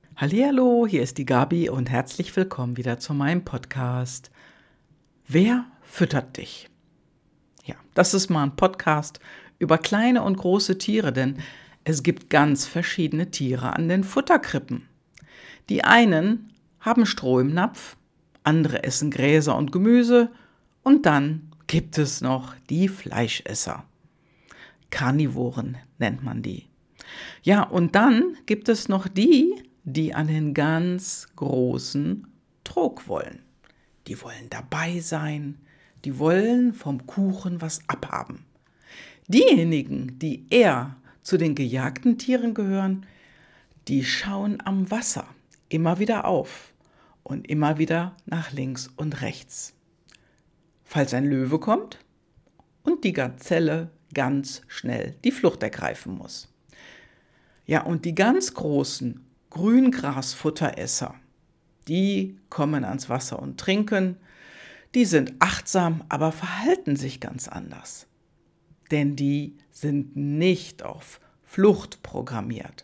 Hallihallo, hier ist die Gabi und herzlich willkommen wieder zu meinem Podcast. Wer füttert dich? Ja, das ist mal ein Podcast über kleine und große Tiere, denn es gibt ganz verschiedene Tiere an den Futterkrippen. Die einen haben Stroh im Napf, andere essen Gräser und Gemüse und dann gibt es noch die Fleischesser. Karnivoren nennt man die. Ja, und dann gibt es noch die an den ganz großen Trog wollen. Die wollen dabei sein, die wollen vom Kuchen was abhaben. Diejenigen, die eher zu den gejagten Tieren gehören, die schauen am Wasser immer wieder auf und immer wieder nach links und rechts. Falls ein Löwe kommt und die Gazelle ganz schnell die Flucht ergreifen muss. Ja, und die ganz großen Grüngrasfutteresser, die kommen ans Wasser und trinken, die sind achtsam, aber verhalten sich ganz anders. Denn die sind nicht auf Flucht programmiert.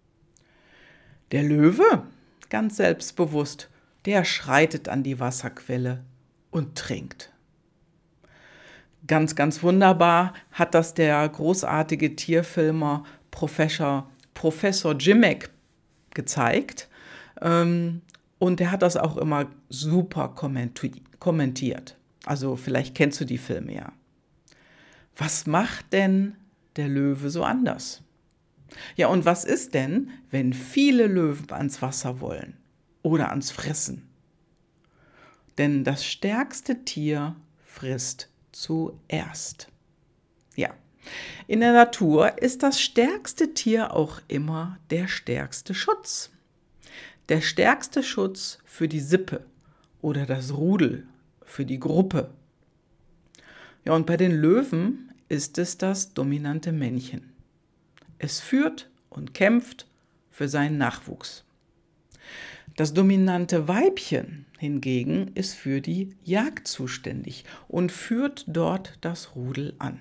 Der Löwe, ganz selbstbewusst, der schreitet an die Wasserquelle und trinkt. Ganz, ganz wunderbar hat das der großartige Tierfilmer Professor Jimmick gezeigt. Und er hat das auch immer super kommentiert. Also vielleicht kennst du die Filme ja. Was macht denn der Löwe so anders? Ja, und was ist denn, wenn viele Löwen ans Wasser wollen oder ans Fressen? Denn das stärkste Tier frisst zuerst. Ja, in der Natur ist das stärkste Tier auch immer der stärkste Schutz. Der stärkste Schutz für die Sippe oder das Rudel, für die Gruppe. Ja, und bei den Löwen ist es das dominante Männchen. Es führt und kämpft für seinen Nachwuchs. Das dominante Weibchen hingegen ist für die Jagd zuständig und führt dort das Rudel an.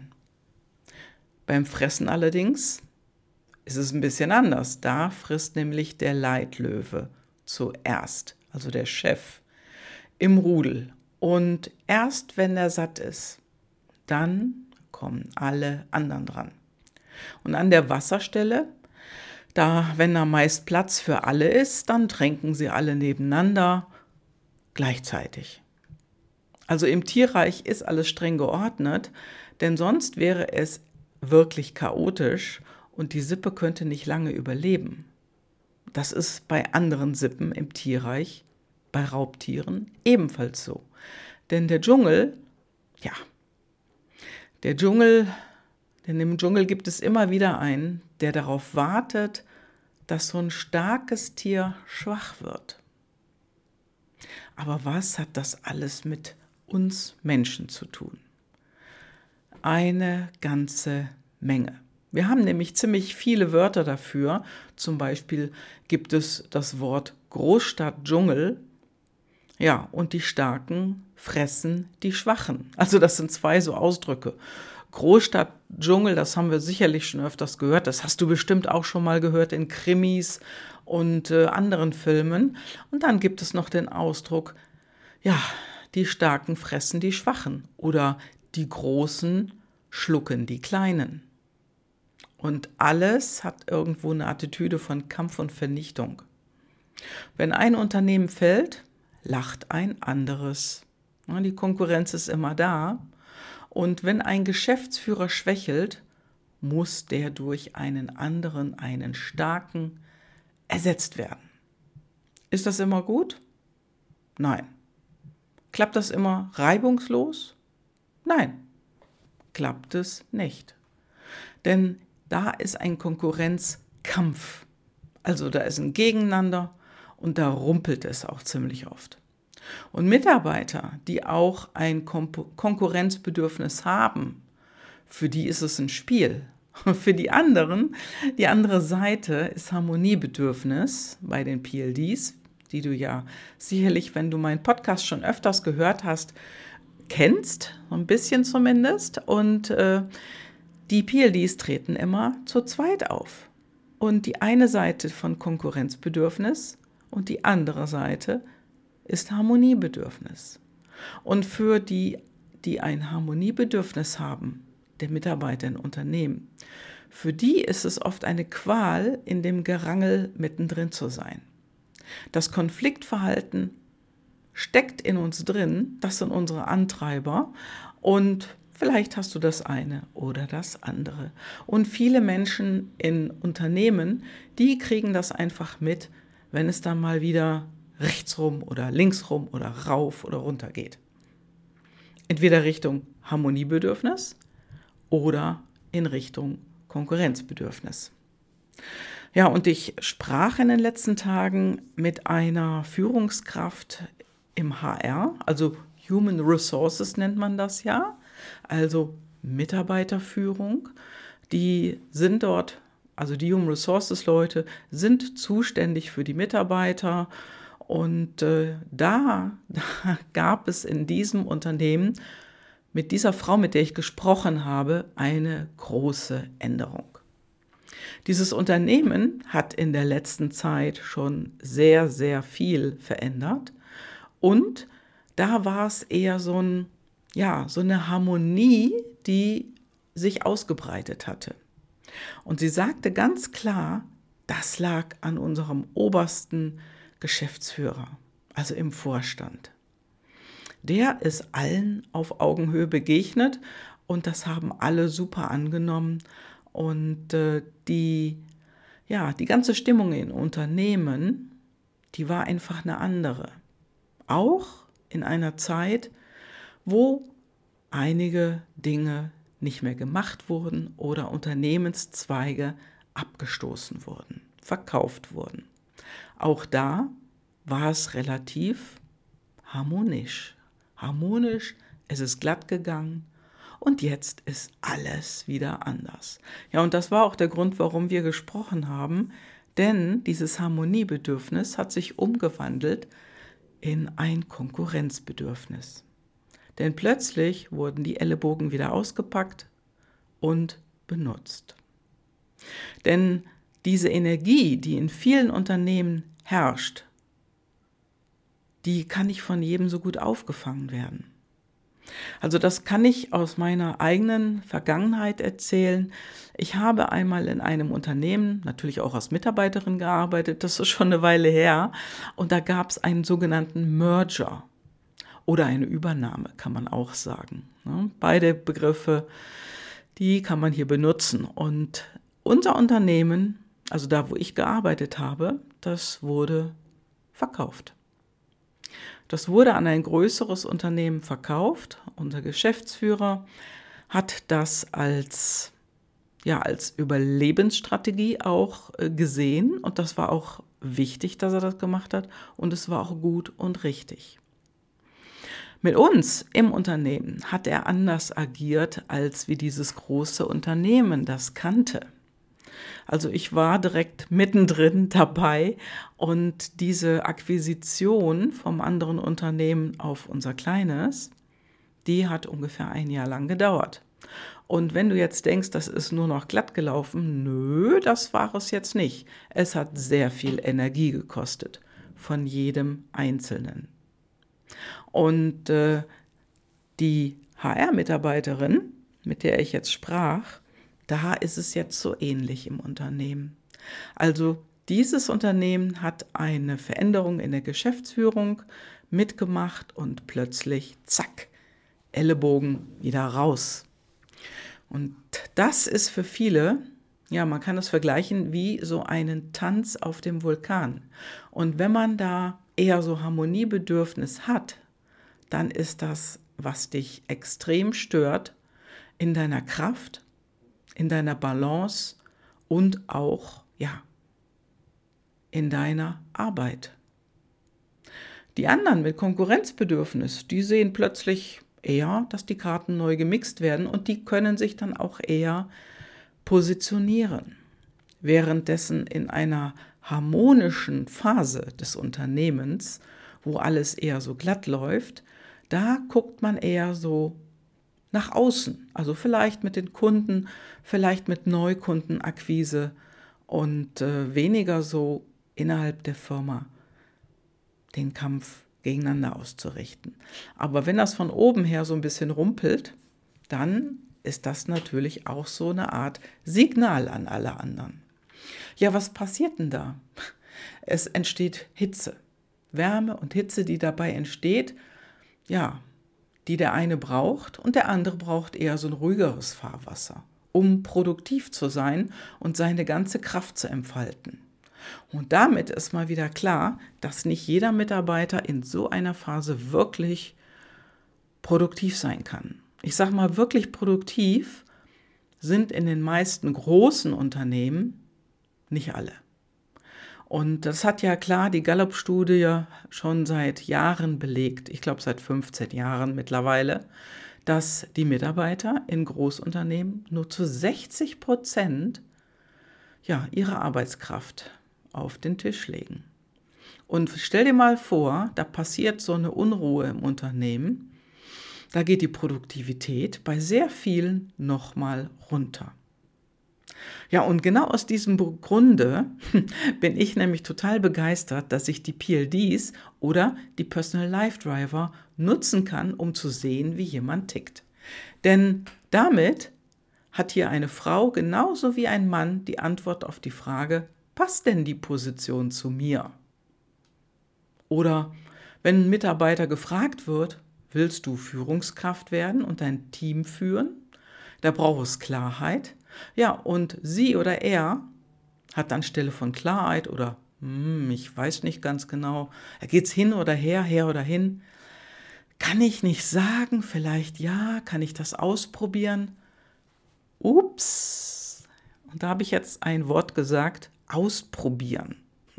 Beim Fressen allerdings ist es ein bisschen anders. Da frisst nämlich der Leitlöwe zuerst, also der Chef, im Rudel. Und erst wenn er satt ist, dann kommen alle anderen dran. Und an der Wasserstelle, wenn da meist Platz für alle ist, dann tränken sie alle nebeneinander gleichzeitig. Also im Tierreich ist alles streng geordnet, denn sonst wäre es wirklich chaotisch und die Sippe könnte nicht lange überleben. Das ist bei anderen Sippen im Tierreich, bei Raubtieren ebenfalls so. Denn denn im Dschungel gibt es immer wieder einen, der darauf wartet, dass so ein starkes Tier schwach wird. Aber was hat das alles mit uns Menschen zu tun? Eine ganze Menge. Wir haben nämlich ziemlich viele Wörter dafür. Zum Beispiel gibt es das Wort Großstadt-Dschungel. Ja, und die Starken fressen die Schwachen. Also das sind zwei so Ausdrücke. Großstadt-Dschungel, das haben wir sicherlich schon öfters gehört. Das hast du bestimmt auch schon mal gehört in Krimis und anderen Filmen. Und dann gibt es noch den Ausdruck, ja, die Starken fressen die Schwachen oder die Großen schlucken die Kleinen. Und alles hat irgendwo eine Attitüde von Kampf und Vernichtung. Wenn ein Unternehmen fällt, lacht ein anderes. Die Konkurrenz ist immer da. Und wenn ein Geschäftsführer schwächelt, muss der durch einen anderen, einen starken, ersetzt werden. Ist das immer gut? Nein. Klappt das immer reibungslos? Nein, klappt es nicht. Denn da ist ein Konkurrenzkampf. Also da ist ein Gegeneinander und da rumpelt es auch ziemlich oft. Und Mitarbeiter, die auch ein Konkurrenzbedürfnis haben, für die ist es ein Spiel. Für die andere Seite ist Harmoniebedürfnis bei den PLDs, die du ja sicherlich, wenn du meinen Podcast schon öfters gehört hast, kennst, so ein bisschen zumindest. Und die PLDs treten immer zu zweit auf. Und die eine Seite von Konkurrenzbedürfnis und die andere Seite ist Harmoniebedürfnis. Und für die, die ein Harmoniebedürfnis haben, der Mitarbeiter in Unternehmen, für die ist es oft eine Qual, in dem Gerangel mittendrin zu sein. Das Konfliktverhalten steckt in uns drin, das sind unsere Antreiber und vielleicht hast du das eine oder das andere. Und viele Menschen in Unternehmen, die kriegen das einfach mit, wenn es dann mal wieder rechtsrum oder linksrum oder rauf oder runter geht. Entweder Richtung Harmoniebedürfnis oder in Richtung Konkurrenzbedürfnis. Ja, und ich sprach in den letzten Tagen mit einer Führungskraft im HR, also Human Resources nennt man das ja, also Mitarbeiterführung. Die sind dort, also die Human Resources Leute sind zuständig für die Mitarbeiter und da gab es in diesem Unternehmen mit dieser Frau, mit der ich gesprochen habe, eine große Änderung. Dieses Unternehmen hat in der letzten Zeit schon sehr, sehr viel verändert und da war es eher so eine Harmonie, die sich ausgebreitet hatte. Und sie sagte ganz klar, das lag an unserem obersten Geschäftsführer, also im Vorstand. Der ist allen auf Augenhöhe begegnet und das haben alle super angenommen. Und die ganze Stimmung in Unternehmen, die war einfach eine andere. Auch in einer Zeit, wo einige Dinge nicht mehr gemacht wurden oder Unternehmenszweige abgestoßen wurden, verkauft wurden. Auch da war es relativ harmonisch. Es ist glatt gegangen und jetzt ist alles wieder anders. Ja, und das war auch der Grund, warum wir gesprochen haben, denn dieses Harmoniebedürfnis hat sich umgewandelt in ein Konkurrenzbedürfnis. Denn plötzlich wurden die Ellenbogen wieder ausgepackt und benutzt. Denn diese Energie, die in vielen Unternehmen herrscht, die kann nicht von jedem so gut aufgefangen werden. Also das kann ich aus meiner eigenen Vergangenheit erzählen. Ich habe einmal in einem Unternehmen, natürlich auch als Mitarbeiterin gearbeitet, das ist schon eine Weile her, und da gab es einen sogenannten Merger oder eine Übernahme, kann man auch sagen. Beide Begriffe, die kann man hier benutzen. Und unser Unternehmen, also da, wo ich gearbeitet habe, das wurde verkauft. Das wurde an ein größeres Unternehmen verkauft. Unser Geschäftsführer hat das als Überlebensstrategie auch gesehen. Und das war auch wichtig, dass er das gemacht hat. Und es war auch gut und richtig. Mit uns im Unternehmen hat er anders agiert, als wie dieses große Unternehmen das kannte. Also ich war direkt mittendrin dabei und diese Akquisition vom anderen Unternehmen auf unser kleines, die hat ungefähr ein Jahr lang gedauert. Und wenn du jetzt denkst, das ist nur noch glatt gelaufen, nö, das war es jetzt nicht. Es hat sehr viel Energie gekostet von jedem Einzelnen. Und die HR-Mitarbeiterin, mit der ich jetzt sprach, da ist es jetzt so ähnlich im Unternehmen. Also dieses Unternehmen hat eine Veränderung in der Geschäftsführung mitgemacht und plötzlich, zack, Ellenbogen wieder raus. Und das ist für viele, ja, man kann es vergleichen wie so einen Tanz auf dem Vulkan. Und wenn man da eher so Harmoniebedürfnis hat, dann ist das, was dich extrem stört in deiner Kraft, in deiner Balance und auch, in deiner Arbeit. Die anderen mit Konkurrenzbedürfnis, die sehen plötzlich eher, dass die Karten neu gemixt werden und die können sich dann auch eher positionieren. Währenddessen in einer harmonischen Phase des Unternehmens, wo alles eher so glatt läuft, da guckt man eher so nach außen, also vielleicht mit den Kunden, vielleicht mit Neukundenakquise und weniger so innerhalb der Firma den Kampf gegeneinander auszurichten. Aber wenn das von oben her so ein bisschen rumpelt, dann ist das natürlich auch so eine Art Signal an alle anderen. Ja, was passiert denn da? Es entsteht Hitze, Wärme und Hitze, die dabei entsteht, ja, die der eine braucht und der andere braucht eher so ein ruhigeres Fahrwasser, um produktiv zu sein und seine ganze Kraft zu entfalten. Und damit ist mal wieder klar, dass nicht jeder Mitarbeiter in so einer Phase wirklich produktiv sein kann. Ich sage mal, wirklich produktiv sind in den meisten großen Unternehmen nicht alle. Und das hat ja klar die Gallup-Studie schon seit Jahren belegt, ich glaube seit 15 Jahren mittlerweile, dass die Mitarbeiter in Großunternehmen nur zu 60% ihre Arbeitskraft auf den Tisch legen. Und stell dir mal vor, da passiert so eine Unruhe im Unternehmen, da geht die Produktivität bei sehr vielen nochmal runter. Ja, und genau aus diesem Grunde bin ich nämlich total begeistert, dass ich die PLDs oder die Personal Life Driver nutzen kann, um zu sehen, wie jemand tickt. Denn damit hat hier eine Frau genauso wie ein Mann die Antwort auf die Frage, passt denn die Position zu mir? Oder wenn ein Mitarbeiter gefragt wird, willst du Führungskraft werden und dein Team führen? Da braucht es Klarheit. Ja, und sie oder er hat anstelle von Klarheit oder ich weiß nicht ganz genau, geht's hin oder her oder hin, kann ich nicht sagen, vielleicht ja, kann ich das ausprobieren? Ups, und da habe ich jetzt ein Wort gesagt, ausprobieren.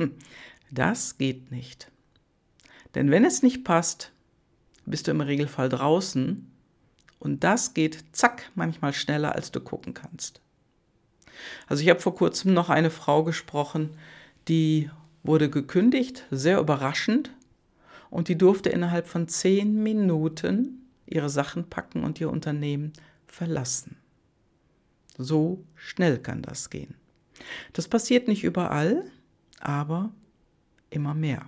Das geht nicht. Denn wenn es nicht passt, bist du im Regelfall draußen und das geht zack manchmal schneller, als du gucken kannst. Also ich habe vor kurzem noch eine Frau gesprochen, die wurde gekündigt, sehr überraschend, und die durfte innerhalb von 10 Minuten ihre Sachen packen und ihr Unternehmen verlassen. So schnell kann das gehen. Das passiert nicht überall, aber immer mehr.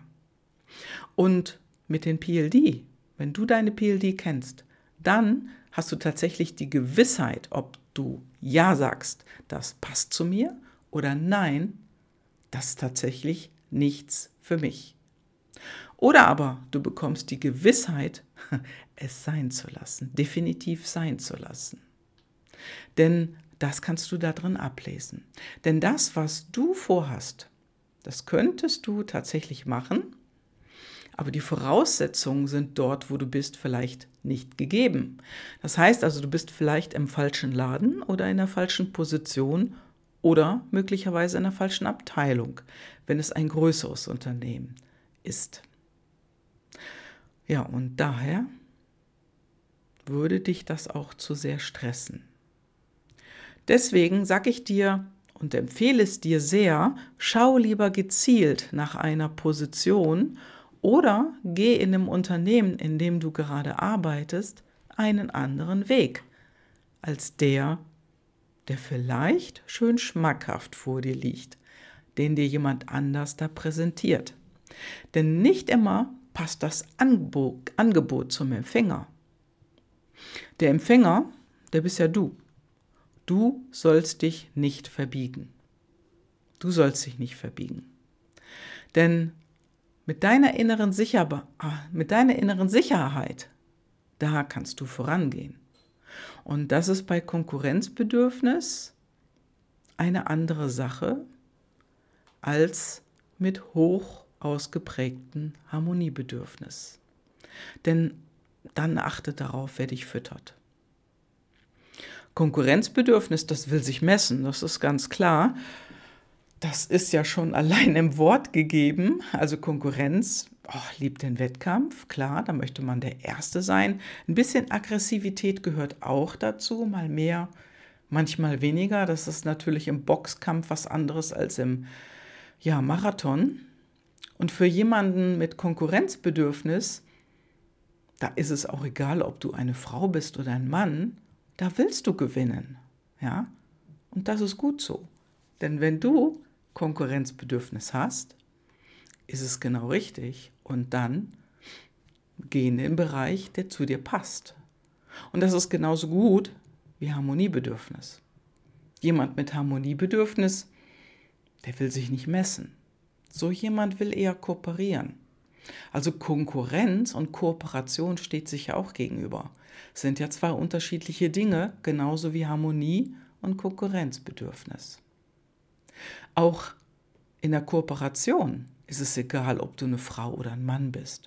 Und mit den PLD, wenn du deine PLD kennst, dann hast du tatsächlich die Gewissheit, ob du Ja sagst, das passt zu mir, oder Nein, das ist tatsächlich nichts für mich. Oder aber du bekommst die Gewissheit, es sein zu lassen, definitiv sein zu lassen. Denn das kannst du da drin ablesen. Denn das, was du vorhast, das könntest du tatsächlich machen, aber die Voraussetzungen sind dort, wo du bist, vielleicht nicht gegeben. Das heißt also, du bist vielleicht im falschen Laden oder in der falschen Position oder möglicherweise in der falschen Abteilung, wenn es ein größeres Unternehmen ist. Ja, und daher würde dich das auch zu sehr stressen. Deswegen sage ich dir und empfehle es dir sehr, schau lieber gezielt nach einer Position oder geh in einem Unternehmen, in dem du gerade arbeitest, einen anderen Weg als der vielleicht schön schmackhaft vor dir liegt, den dir jemand anders da präsentiert. Denn nicht immer passt das Angebot zum Empfänger. Der Empfänger, der bist ja du. Du sollst dich nicht verbiegen. Du sollst dich nicht verbiegen. Denn mit deiner inneren Sicherheit, da kannst du vorangehen. Und das ist bei Konkurrenzbedürfnis eine andere Sache als mit hoch ausgeprägtem Harmoniebedürfnis. Denn dann achte darauf, wer dich füttert. Konkurrenzbedürfnis, das will sich messen, das ist ganz klar. Das ist ja schon allein im Wort gegeben. Also Konkurrenz liebt den Wettkampf, klar, da möchte man der Erste sein. Ein bisschen Aggressivität gehört auch dazu, mal mehr, manchmal weniger. Das ist natürlich im Boxkampf was anderes als im Marathon. Und für jemanden mit Konkurrenzbedürfnis, da ist es auch egal, ob du eine Frau bist oder ein Mann, da willst du gewinnen. Ja? Und das ist gut so. Denn wenn du Konkurrenzbedürfnis hast, ist es genau richtig. Und dann geh in den Bereich, der zu dir passt. Und das ist genauso gut wie Harmoniebedürfnis. Jemand mit Harmoniebedürfnis, der will sich nicht messen. So jemand will eher kooperieren. Also Konkurrenz und Kooperation steht sich ja auch gegenüber. Es sind ja zwei unterschiedliche Dinge, genauso wie Harmonie und Konkurrenzbedürfnis. Auch in der Kooperation ist es egal, ob du eine Frau oder ein Mann bist.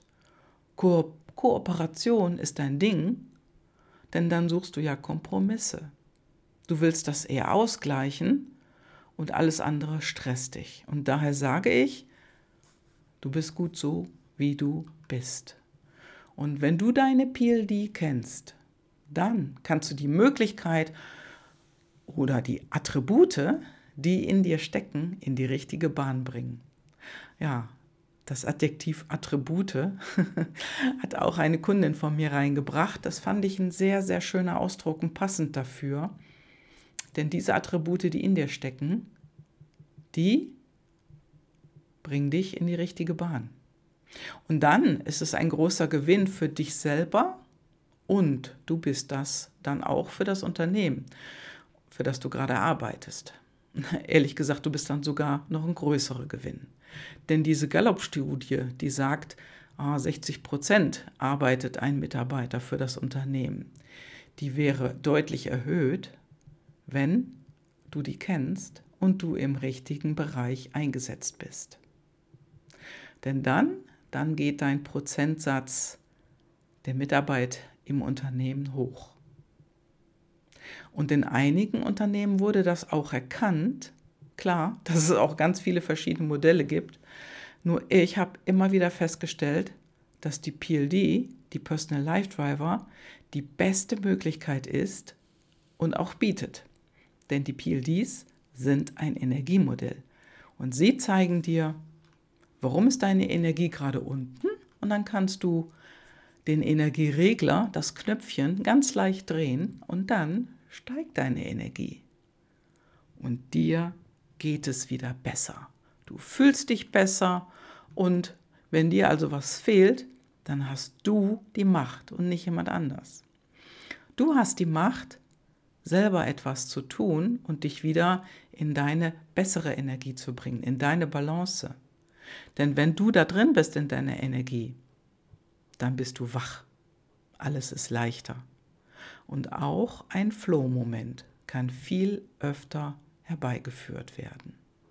Kooperation ist dein Ding, denn dann suchst du ja Kompromisse. Du willst das eher ausgleichen und alles andere stresst dich. Und daher sage ich, du bist gut so, wie du bist. Und wenn du deine PLD kennst, dann kannst du die Möglichkeit oder die Attribute, die in dir stecken, in die richtige Bahn bringen. Ja, das Adjektiv Attribute hat auch eine Kundin von mir reingebracht. Das fand ich ein sehr, sehr schöner Ausdruck und passend dafür. Denn diese Attribute, die in dir stecken, die bringen dich in die richtige Bahn. Und dann ist es ein großer Gewinn für dich selber und du bist das dann auch für das Unternehmen, für das du gerade arbeitest. Ehrlich gesagt, du bist dann sogar noch ein größerer Gewinn. Denn diese Gallup-Studie, die sagt, 60% arbeitet ein Mitarbeiter für das Unternehmen. Die wäre deutlich erhöht, wenn du die kennst und du im richtigen Bereich eingesetzt bist. Denn dann geht dein Prozentsatz der Mitarbeit im Unternehmen hoch. Und in einigen Unternehmen wurde das auch erkannt, klar, dass es auch ganz viele verschiedene Modelle gibt. Nur ich habe immer wieder festgestellt, dass die PLD, die Personal Life Driver, die beste Möglichkeit ist und auch bietet. Denn die PLDs sind ein Energiemodell. Und sie zeigen dir, warum ist deine Energie gerade unten? Und dann kannst du den Energieregler, das Knöpfchen, ganz leicht drehen und dann steigt deine Energie. Und dir geht es wieder besser. Du fühlst dich besser und wenn dir also was fehlt, dann hast du die Macht und nicht jemand anders. Du hast die Macht, selber etwas zu tun und dich wieder in deine bessere Energie zu bringen, in deine Balance. Denn wenn du da drin bist in deiner Energie, dann bist du wach. Alles ist leichter. Und auch ein Flow-Moment kann viel öfter herbeigeführt werden.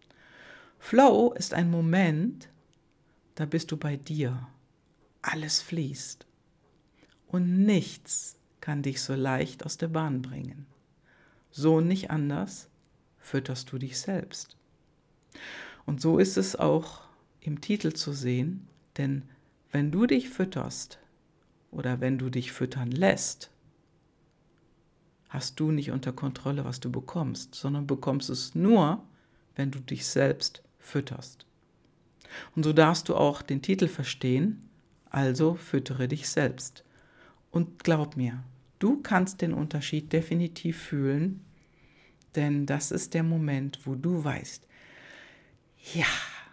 Flow ist ein Moment, da bist du bei dir. Alles fließt. Und nichts kann dich so leicht aus der Bahn bringen. So nicht anders fütterst du dich selbst. Und so ist es auch im Titel zu sehen, denn wenn du dich fütterst oder wenn du dich füttern lässt, hast du nicht unter Kontrolle, was du bekommst, sondern bekommst es nur, wenn du dich selbst fütterst. Und so darfst du auch den Titel verstehen, also füttere dich selbst. Und glaub mir, du kannst den Unterschied definitiv fühlen, denn das ist der Moment, wo du weißt, ja,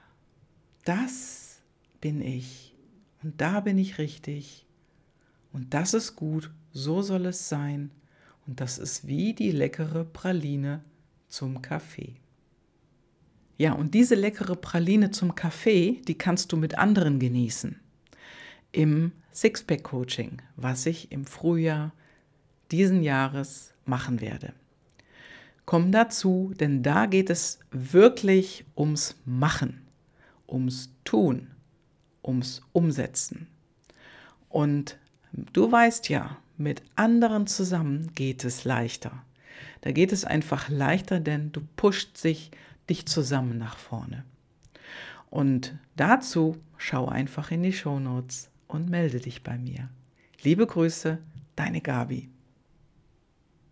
das bin ich und da bin ich richtig und das ist gut, so soll es sein und das ist wie die leckere Praline zum Kaffee. Ja, und diese leckere Praline zum Kaffee, die kannst du mit anderen genießen. Im Sixpack-Coaching, was ich im Frühjahr diesen Jahres machen werde. Komm dazu, denn da geht es wirklich ums Machen, ums Tun, ums Umsetzen. Und du weißt ja, mit anderen zusammen geht es leichter. Da geht es einfach leichter, denn du pusht dich zusammen nach vorne. Und dazu schau einfach in die Shownotes und melde dich bei mir. Liebe Grüße, deine Gabi.